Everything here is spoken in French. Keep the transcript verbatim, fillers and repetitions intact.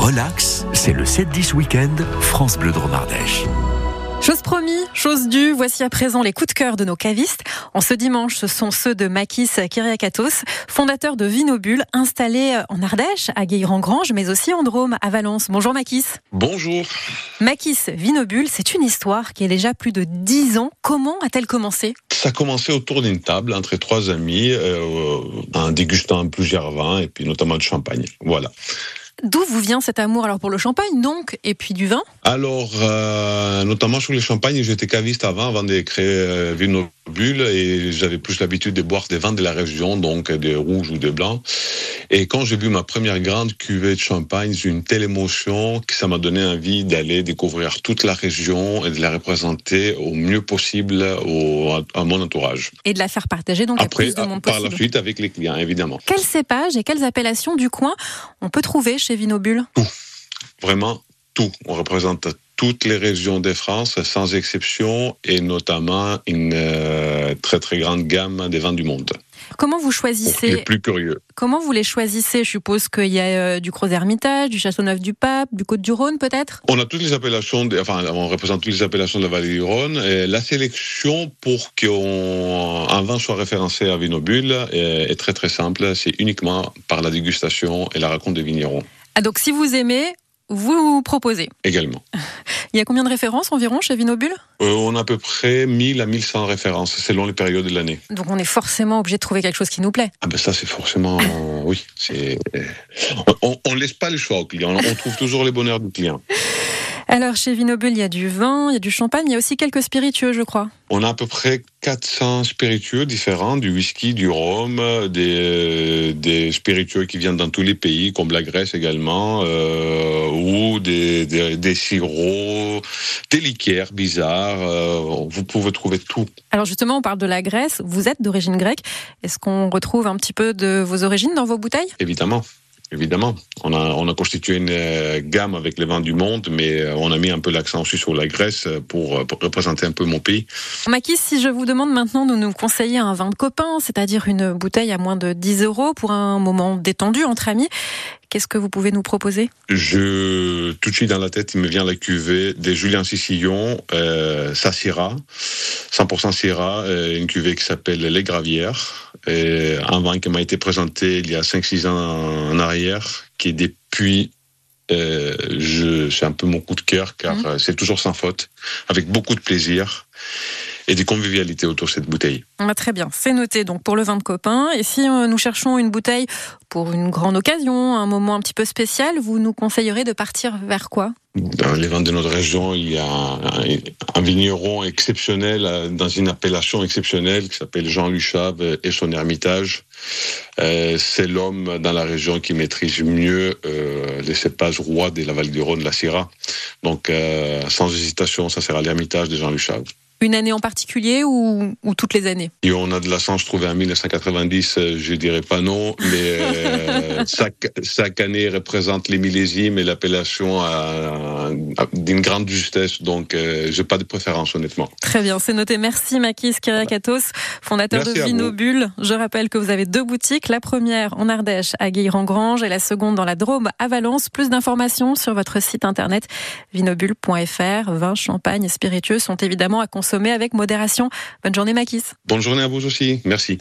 Relax, c'est le sept dix week-end France Bleu Drôme Ardèche. Chose promis, chose due, voici à présent les coups de cœur de nos cavistes. En ce dimanche, ce sont ceux de Makis Kyriakatos, fondateur de Vinobule, installé en Ardèche, à Guilherand-Granges, mais aussi en Drôme, à Valence. Bonjour Makis. Bonjour. Makis Vinobule, c'est une histoire qui a déjà plus de dix ans. Comment a-t-elle commencé ? Ça a commencé autour d'une table entre trois amis, euh, en dégustant plusieurs vins et puis notamment du champagne. Voilà. D'où vous vient cet amour alors pour le champagne donc, et puis du vin ? Alors, euh, notamment sur les champagnes, j'étais caviste avant, avant de créer euh, Vinobule, et j'avais plus l'habitude de boire des vins de la région, donc des rouges ou des blancs. Et quand j'ai bu ma première grande cuvée de champagne, j'ai eu une telle émotion que ça m'a donné envie d'aller découvrir toute la région et de la représenter au mieux possible au, à mon entourage. Et de la faire partager donc Après, à plus de monde par possible. la suite avec les clients, évidemment. Quels cépages et quelles appellations du coin on peut trouver chez Vinobule ? Tout, vraiment tout. On représente toutes les régions de France, sans exception, et notamment une euh, très très grande gamme des vins du monde. Comment vous Pour choisissez les plus curieux. Comment vous les choisissez ? Je suppose qu'il y a euh, du Crozes-Hermitage, du Châteauneuf-du-Pape, du Côtes-du-Rhône peut-être ? On a toutes les appellations, de, enfin, on représente toutes les appellations de la vallée du Rhône. Et la sélection pour qu'un vin soit référencé à Vinobule est, est très très simple. C'est uniquement par la dégustation et la rencontre des vignerons. Ah donc si vous aimez, vous proposez. Également. Il y a combien de références environ chez Vinobule ? Euh, on a à peu près mille à mille cent références selon les périodes de l'année. Donc on est forcément obligé de trouver quelque chose qui nous plaît. Ah ben ça c'est forcément oui, c'est on, on laisse pas le choix au client, on trouve toujours les bonheurs du client. Alors chez Vinobule, il y a du vin, il y a du champagne, il y a aussi quelques spiritueux, je crois. On a à peu près quatre cents spiritueux différents, du whisky, du rhum, des, des spiritueux qui viennent dans tous les pays, comme la Grèce également, euh, ou des, des, des sirops, des liqueurs bizarres. Euh, vous pouvez trouver tout. Alors justement, on parle de la Grèce. Vous êtes d'origine grecque. Est-ce qu'on retrouve un petit peu de vos origines dans vos bouteilles ? Évidemment. Évidemment, on a, on a constitué une euh, gamme avec les vins du monde, mais euh, on a mis un peu l'accent aussi sur la Grèce pour, pour représenter un peu mon pays. Makis, si je vous demande maintenant de nous conseiller un vin de copain, c'est-à-dire une bouteille à moins de dix euros pour un moment détendu entre amis, qu'est-ce que vous pouvez nous proposer ? Je, tout de suite dans la tête, il me vient la cuvée des Julien Cicillon, euh, sa Syrah, cent pour cent Syrah, euh, une cuvée qui s'appelle Les Gravières, et un vin qui m'a été présenté il y a cinq six ans en arrière, qui depuis, euh, je, c'est un peu mon coup de cœur, car mmh. c'est toujours sans faute, avec beaucoup de plaisir et des convivialités autour de cette bouteille. Ah, très bien, c'est noté donc pour le vin de copain. Et si euh, nous cherchons une bouteille pour une grande occasion, un moment un petit peu spécial, vous nous conseillerez de partir vers quoi ? Dans les vins de notre région, il y a un, un vigneron exceptionnel dans une appellation exceptionnelle qui s'appelle Jean Luchave et son Hermitage. Euh, c'est l'homme dans la région qui maîtrise mieux euh, les cépages rois de la vallée du Rhône, la Syrah. Donc, euh, sans hésitation, ça sera l'Hermitage de Jean Luchave. Une année en particulier ou, ou toutes les années ? Et on a de la chance de trouver en dix-neuf cent quatre-vingt-dix, je dirais pas non, mais euh, chaque, chaque année représente les millésimes et l'appellation à, à, d'une grande justesse, donc euh, j'ai pas de préférence honnêtement. Très bien, c'est noté. Merci Makis Kyriakatos, fondateur Merci de Vinobule. Je rappelle que vous avez deux boutiques, la première en Ardèche à Guilherand-Granges et la seconde dans la Drôme à Valence. Plus d'informations sur votre site internet vinobule point f r. Vins, champagne et spiritueux sont évidemment à consommer avec modération. Bonne journée Makis. Bonne journée à vous aussi, merci.